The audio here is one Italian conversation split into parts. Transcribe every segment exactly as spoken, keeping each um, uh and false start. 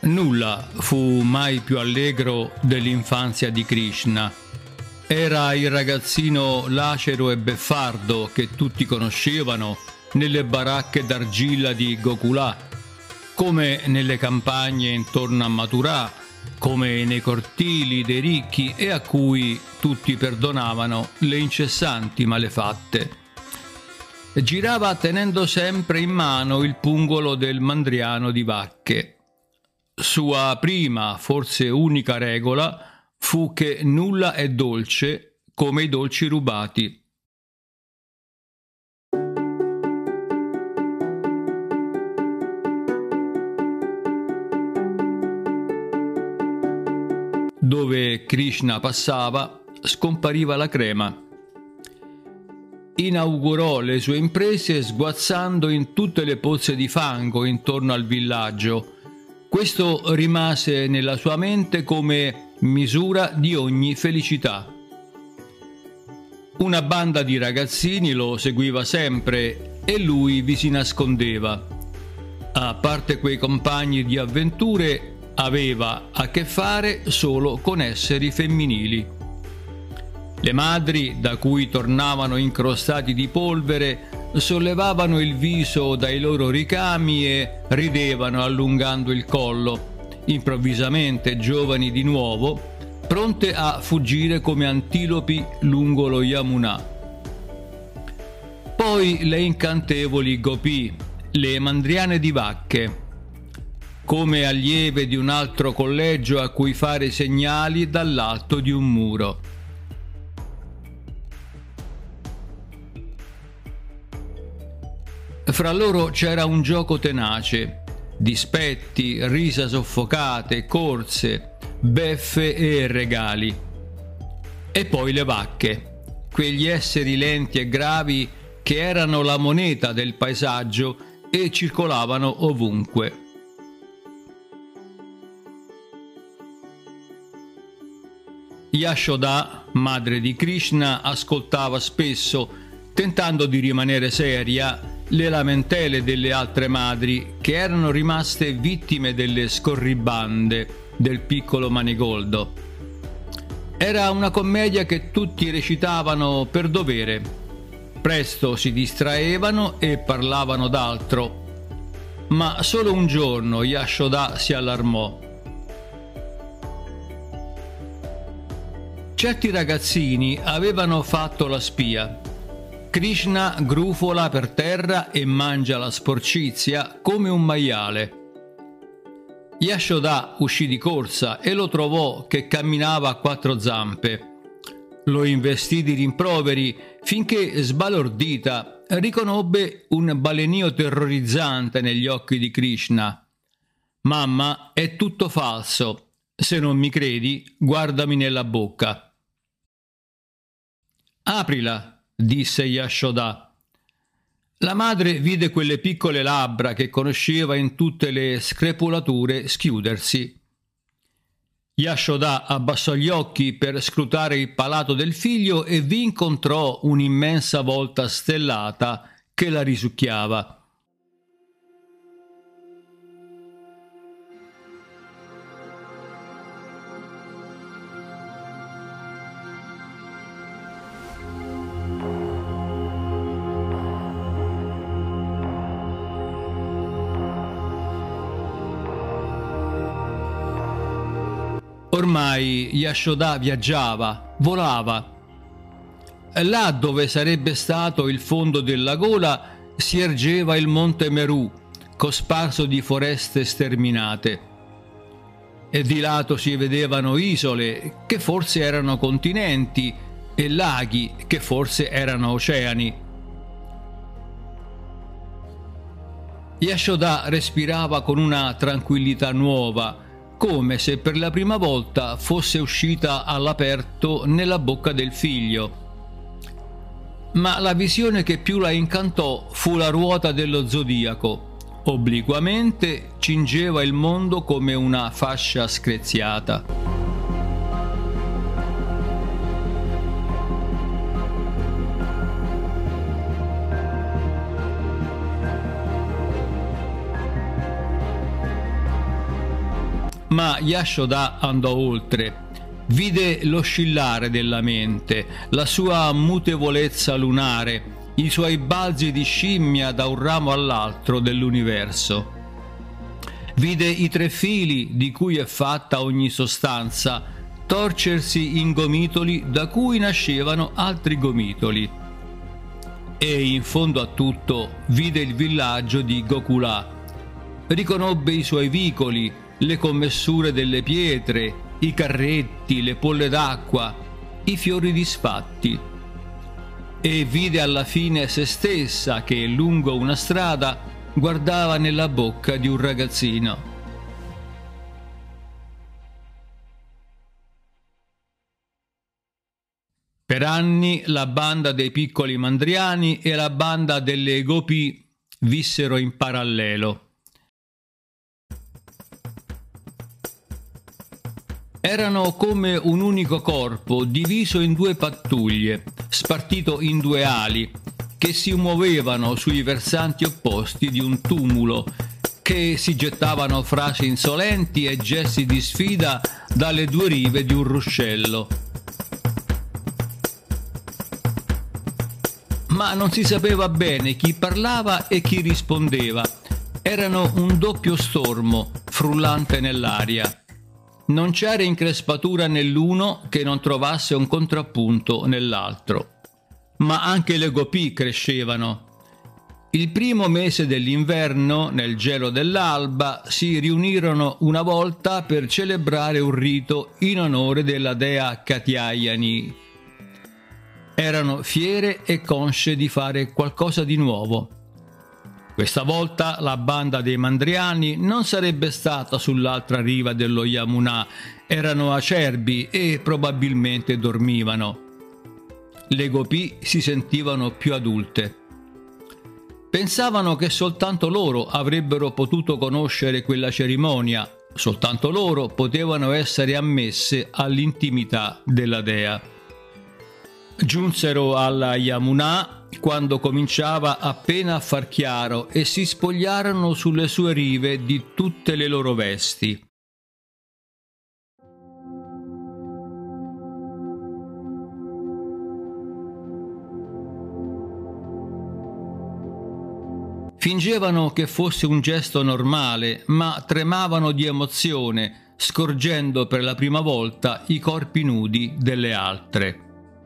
Nulla fu mai più allegro dell'infanzia di Krishna. Era il ragazzino lacero e beffardo che tutti conoscevano nelle baracche d'argilla di Gokula, come nelle campagne intorno a Mathura, come nei cortili dei ricchi, e a cui tutti perdonavano le incessanti malefatte. Girava tenendo sempre in mano il pungolo del mandriano di vacche. Sua prima, forse unica regola fu che nulla è dolce come i dolci rubati. Dove Krishna passava, scompariva la crema. Inaugurò le sue imprese sguazzando in tutte le pozze di fango intorno al villaggio. Questo rimase nella sua mente come misura di ogni felicità. Una banda di ragazzini lo seguiva sempre e lui vi si nascondeva. A parte quei compagni di avventure, aveva a che fare solo con esseri femminili. Le madri, da cui tornavano incrostati di polvere, sollevavano il viso dai loro ricami e ridevano allungando il collo, improvvisamente giovani di nuovo, pronte a fuggire come antilopi lungo lo Yamuna. Poi le incantevoli gopi, le mandriane di vacche, come allieve di un altro collegio a cui fare segnali dall'alto di un muro. Fra loro c'era un gioco tenace, dispetti, risa soffocate, corse, beffe e regali. E poi le vacche, quegli esseri lenti e gravi che erano la moneta del paesaggio e circolavano ovunque. Yashoda, madre di Krishna, ascoltava spesso, tentando di rimanere seria, le lamentele delle altre madri che erano rimaste vittime delle scorribande del piccolo Manigoldo. Era una commedia che tutti recitavano per dovere. Presto si distraevano e parlavano d'altro. Ma solo un giorno Yashoda si allarmò. Certi ragazzini avevano fatto la spia. Krishna grufola per terra e mangia la sporcizia come un maiale. Yashoda uscì di corsa e lo trovò che camminava a quattro zampe. Lo investì di rimproveri finché, sbalordita, riconobbe un balenio terrorizzante negli occhi di Krishna. «Mamma, è tutto falso. Se non mi credi, guardami nella bocca». «Aprila», disse Yashoda. La madre vide quelle piccole labbra che conosceva in tutte le screpolature schiudersi. Yashoda abbassò gli occhi per scrutare il palato del figlio e vi incontrò un'immensa volta stellata che la risucchiava. Ormai Yashoda viaggiava, volava. Là dove sarebbe stato il fondo della gola si ergeva il monte Meru, cosparso di foreste sterminate. E di lato si vedevano isole, che forse erano continenti, e laghi, che forse erano oceani. Yashoda respirava con una tranquillità nuova, come se per la prima volta fosse uscita all'aperto nella bocca del figlio. Ma la visione che più la incantò fu la ruota dello zodiaco. Obliquamente cingeva il mondo come una fascia screziata. Ma Yashoda andò oltre. Vide l'oscillare della mente, la sua mutevolezza lunare, i suoi balzi di scimmia da un ramo all'altro dell'universo. Vide i tre fili di cui è fatta ogni sostanza torcersi in gomitoli da cui nascevano altri gomitoli. E in fondo a tutto vide il villaggio di Gokula. Riconobbe i suoi vicoli, le commessure delle pietre, i carretti, le polle d'acqua, i fiori disfatti. E vide alla fine se stessa che lungo una strada guardava nella bocca di un ragazzino. Per anni la banda dei piccoli mandriani e la banda delle gopi vissero in parallelo. Erano come un unico corpo diviso in due pattuglie, spartito in due ali, che si muovevano sui versanti opposti di un tumulo, che si gettavano frasi insolenti e gesti di sfida dalle due rive di un ruscello. Ma non si sapeva bene chi parlava e chi rispondeva. Erano un doppio stormo, frullante nell'aria. Non c'era increspatura nell'uno che non trovasse un contrappunto nell'altro. Ma anche le gopi crescevano. Il primo mese dell'inverno, nel gelo dell'alba, si riunirono una volta per celebrare un rito in onore della dea Katyayani. Erano fiere e consce di fare qualcosa di nuovo. Questa volta la banda dei mandriani non sarebbe stata sull'altra riva dello Yamuna, erano acerbi e probabilmente dormivano. Le gopi si sentivano più adulte. Pensavano che soltanto loro avrebbero potuto conoscere quella cerimonia, soltanto loro potevano essere ammesse all'intimità della dea. Giunsero alla Yamuna quando cominciava appena a far chiaro e si spogliarono sulle sue rive di tutte le loro vesti. Fingevano che fosse un gesto normale, ma tremavano di emozione, scorgendo per la prima volta i corpi nudi delle altre.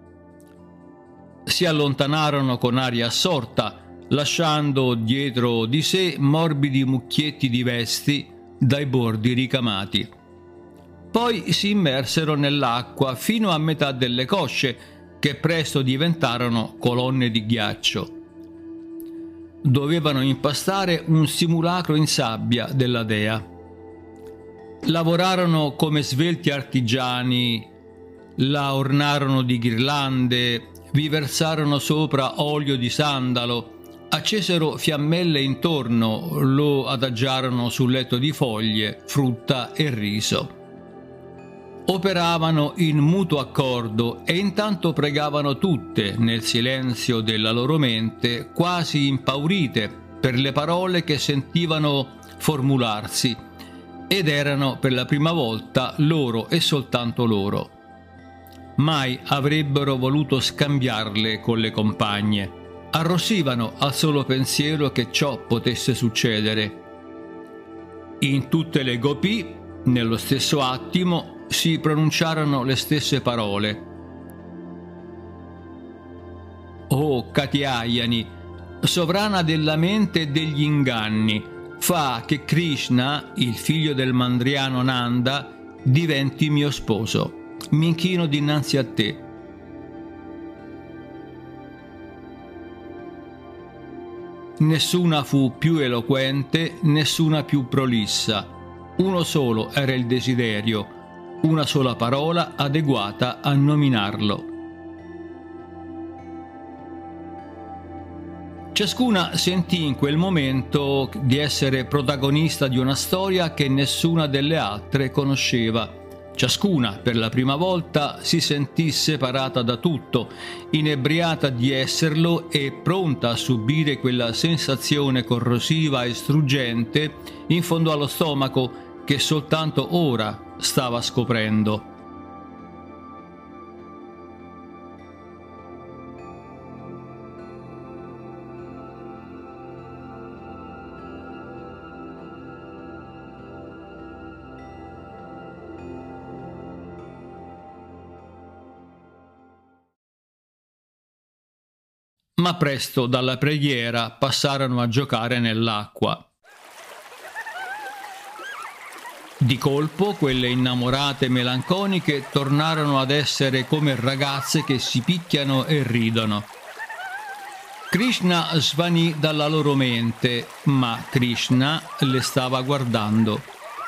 Si allontanarono con aria assorta, lasciando dietro di sé morbidi mucchietti di vesti dai bordi ricamati. Poi si immersero nell'acqua fino a metà delle cosce, che presto diventarono colonne di ghiaccio. Dovevano impastare un simulacro in sabbia della dea. Lavorarono come svelti artigiani, la ornarono di ghirlande, vi versarono sopra olio di sandalo, accesero fiammelle intorno, lo adagiarono sul letto di foglie, frutta e riso. Operavano in mutuo accordo e intanto pregavano tutte, nel silenzio della loro mente, quasi impaurite per le parole che sentivano formularsi, ed erano per la prima volta loro e soltanto loro. Mai avrebbero voluto scambiarle con le compagne. Arrossivano al solo pensiero che ciò potesse succedere. In tutte le gopi, nello stesso attimo, si pronunciarono le stesse parole. O Katyayani, sovrana della mente e degli inganni, fa che Krishna, il figlio del mandriano Nanda, diventi mio sposo. Mi inchino dinanzi a te. Nessuna fu più eloquente, nessuna più prolissa. Uno solo era il desiderio, una sola parola adeguata a nominarlo. Ciascuna sentì in quel momento di essere protagonista di una storia che nessuna delle altre conosceva. Ciascuna, per la prima volta, si sentì separata da tutto, inebriata di esserlo e pronta a subire quella sensazione corrosiva e struggente in fondo allo stomaco che soltanto ora stava scoprendo. Ma presto dalla preghiera passarono a giocare nell'acqua. Di colpo quelle innamorate melanconiche tornarono ad essere come ragazze che si picchiano e ridono. Krishna svanì dalla loro mente, ma Krishna le stava guardando.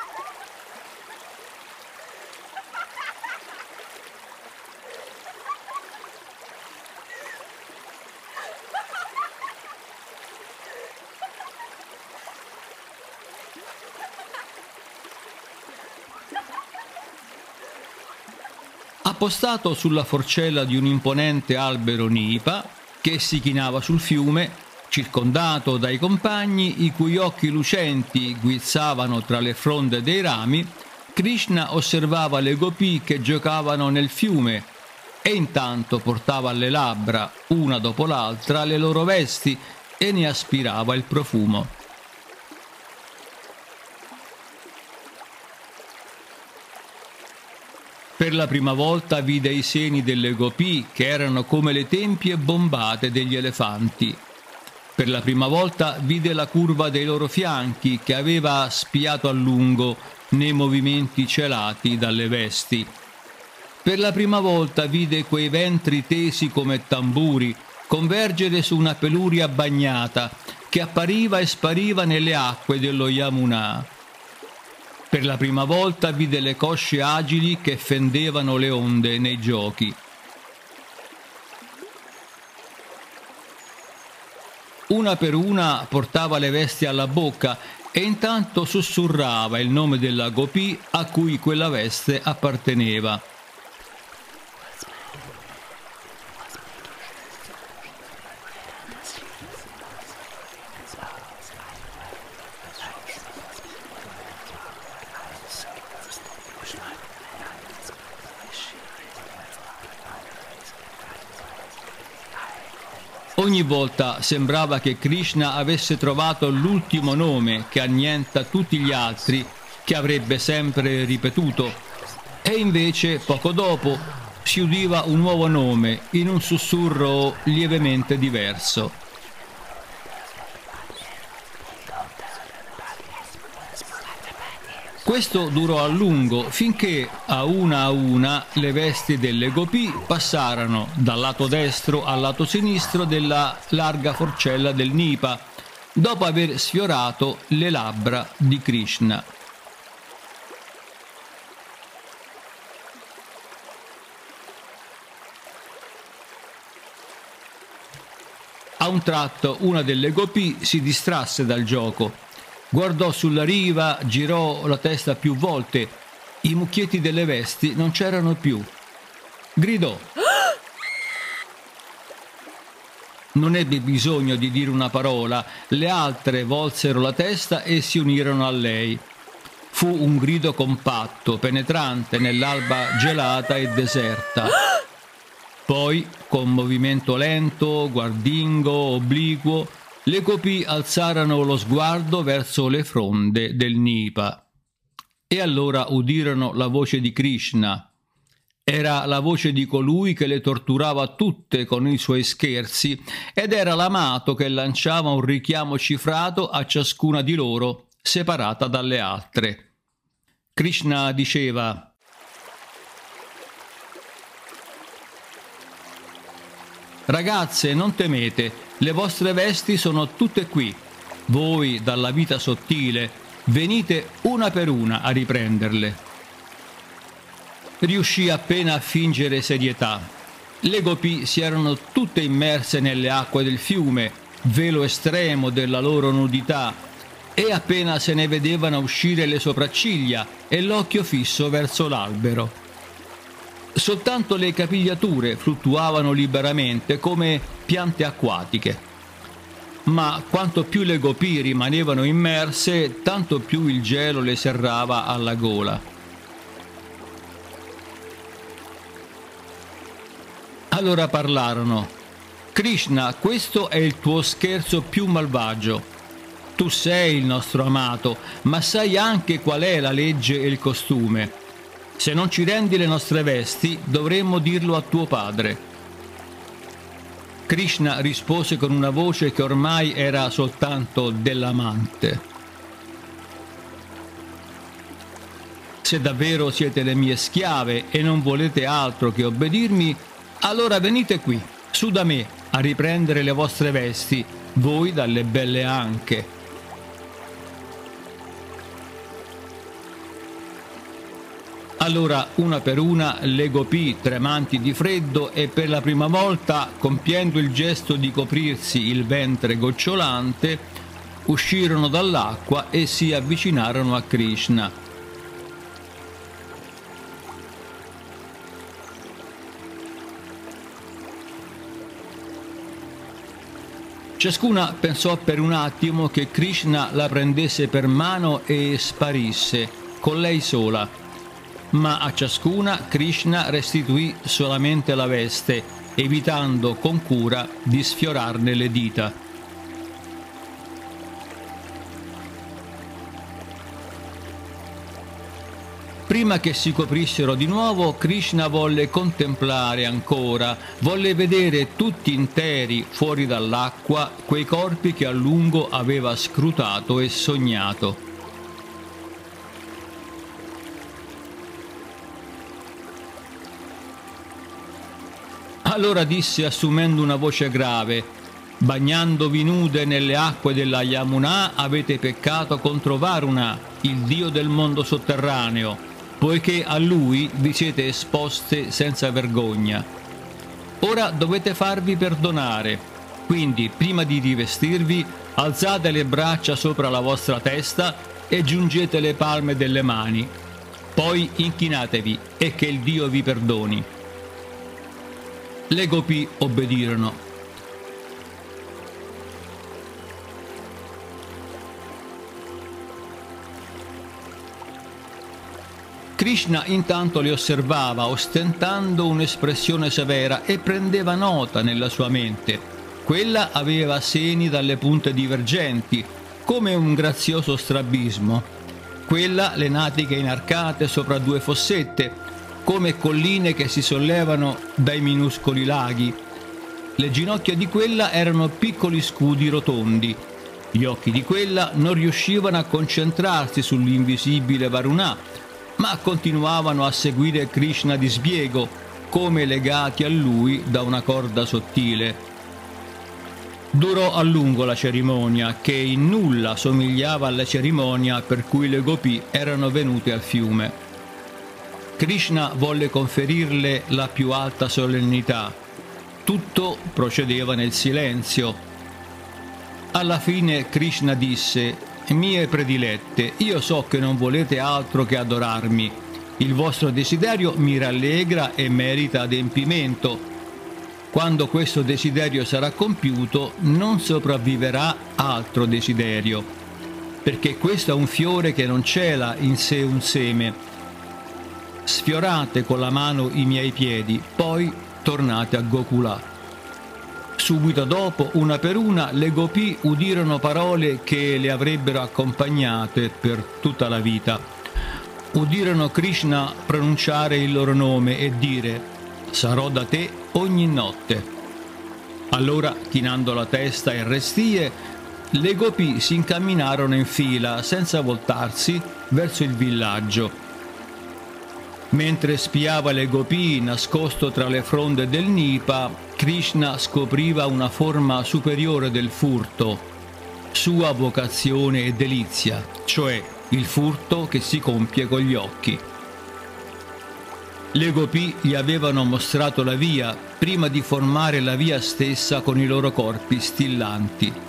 Appostato sulla forcella di un imponente albero nipa che si chinava sul fiume, circondato dai compagni i cui occhi lucenti guizzavano tra le fronde dei rami, Krishna osservava le gopì che giocavano nel fiume e intanto portava alle labbra, una dopo l'altra, le loro vesti e ne aspirava il profumo. Per la prima volta vide i seni delle gopì che erano come le tempie bombate degli elefanti. Per la prima volta vide la curva dei loro fianchi che aveva spiato a lungo nei movimenti celati dalle vesti. Per la prima volta vide quei ventri tesi come tamburi convergere su una peluria bagnata che appariva e spariva nelle acque dello Yamuna. Per la prima volta vide le cosce agili che fendevano le onde nei giochi. Una per una portava le vesti alla bocca e intanto sussurrava il nome della gopì a cui quella veste apparteneva. Ogni volta sembrava che Krishna avesse trovato l'ultimo nome che annienta tutti gli altri, che avrebbe sempre ripetuto, e invece poco dopo si udiva un nuovo nome in un sussurro lievemente diverso. Questo durò a lungo, finché a una a una le vesti delle gopì passarono dal lato destro al lato sinistro della larga forcella del nipa, dopo aver sfiorato le labbra di Krishna. A un tratto una delle gopì si distrasse dal gioco. Guardò sulla riva, girò la testa più volte. I mucchietti delle vesti non c'erano più. Gridò. Non ebbe bisogno di dire una parola. Le altre volsero la testa e si unirono a lei. Fu un grido compatto, penetrante nell'alba gelata e deserta. Poi, con movimento lento, guardingo, obliquo, le gopì alzarono lo sguardo verso le fronde del nipa. E allora udirono la voce di Krishna. Era la voce di colui che le torturava tutte con i suoi scherzi ed era l'amato che lanciava un richiamo cifrato a ciascuna di loro, separata dalle altre. Krishna diceva: «Ragazze, non temete, le vostre vesti sono tutte qui. Voi, dalla vita sottile, venite una per una a riprenderle». Riuscì appena a fingere serietà. Le gopì si erano tutte immerse nelle acque del fiume, velo estremo della loro nudità, e appena se ne vedevano uscire le sopracciglia e l'occhio fisso verso l'albero. Soltanto le capigliature fluttuavano liberamente come piante acquatiche. ma quanto più le gopi rimanevano immerse, tanto più il gelo le serrava alla gola. Allora parlarono: Krishna, questo è il tuo scherzo più malvagio. Tu sei il nostro amato, ma sai anche qual è la legge e il costume. Se non ci rendi le nostre vesti, dovremmo dirlo a tuo padre. Krishna rispose con una voce che ormai era soltanto dell'amante: se davvero siete le mie schiave e non volete altro che obbedirmi, allora venite qui, su da me, a riprendere le vostre vesti, voi dalle belle anche. Allora, una per una, le gopi, tremanti di freddo e per la prima volta compiendo il gesto di coprirsi il ventre gocciolante, uscirono dall'acqua e si avvicinarono a Krishna. Ciascuna pensò per un attimo che Krishna la prendesse per mano e sparisse, con lei sola. Ma a ciascuna Krishna restituì solamente la veste, evitando con cura di sfiorarne le dita. Prima che si coprissero di nuovo, Krishna volle contemplare ancora, volle vedere tutti interi, fuori dall'acqua, quei corpi che a lungo aveva scrutato e sognato. Allora disse assumendo una voce grave: bagnandovi nude nelle acque della Yamuna avete peccato contro Varuna, il dio del mondo sotterraneo, poiché a lui vi siete esposte senza vergogna. Ora dovete farvi perdonare, quindi prima di rivestirvi alzate le braccia sopra la vostra testa e giungete le palme delle mani, poi inchinatevi e che il Dio vi perdoni. Le gopi obbedirono. Krishna intanto le osservava, ostentando un'espressione severa, e prendeva nota nella sua mente. Quella aveva seni dalle punte divergenti, come un grazioso strabismo. Quella le natiche inarcate sopra due fossette, come colline che si sollevano dai minuscoli laghi. Le ginocchia di quella erano piccoli scudi rotondi. Gli occhi di quella non riuscivano a concentrarsi sull'invisibile Varuna, ma continuavano a seguire Krishna di sbiego, come legati a lui da una corda sottile. Durò a lungo la cerimonia, che in nulla somigliava alla cerimonia per cui le gopi erano venute al fiume. Krishna volle conferirle la più alta solennità. Tutto procedeva nel silenzio. Alla fine Krishna disse: «Mie predilette, io so che non volete altro che adorarmi. Il vostro desiderio mi rallegra e merita adempimento. Quando questo desiderio sarà compiuto, non sopravviverà altro desiderio, perché questo è un fiore che non cela in sé un seme. Sfiorate con la mano i miei piedi, poi tornate a Gokula». Subito dopo, una per una, le gopi udirono parole che le avrebbero accompagnate per tutta la vita. Udirono Krishna pronunciare il loro nome e dire: «Sarò da te ogni notte». Allora, chinando la testa e restie, le gopi si incamminarono in fila, senza voltarsi, verso il villaggio. Mentre spiava le gopi nascosto tra le fronde del Nipa, Krishna scopriva una forma superiore del furto, sua vocazione e delizia, cioè il furto che si compie con gli occhi. Le gopi gli avevano mostrato la via prima di formare la via stessa con i loro corpi stillanti.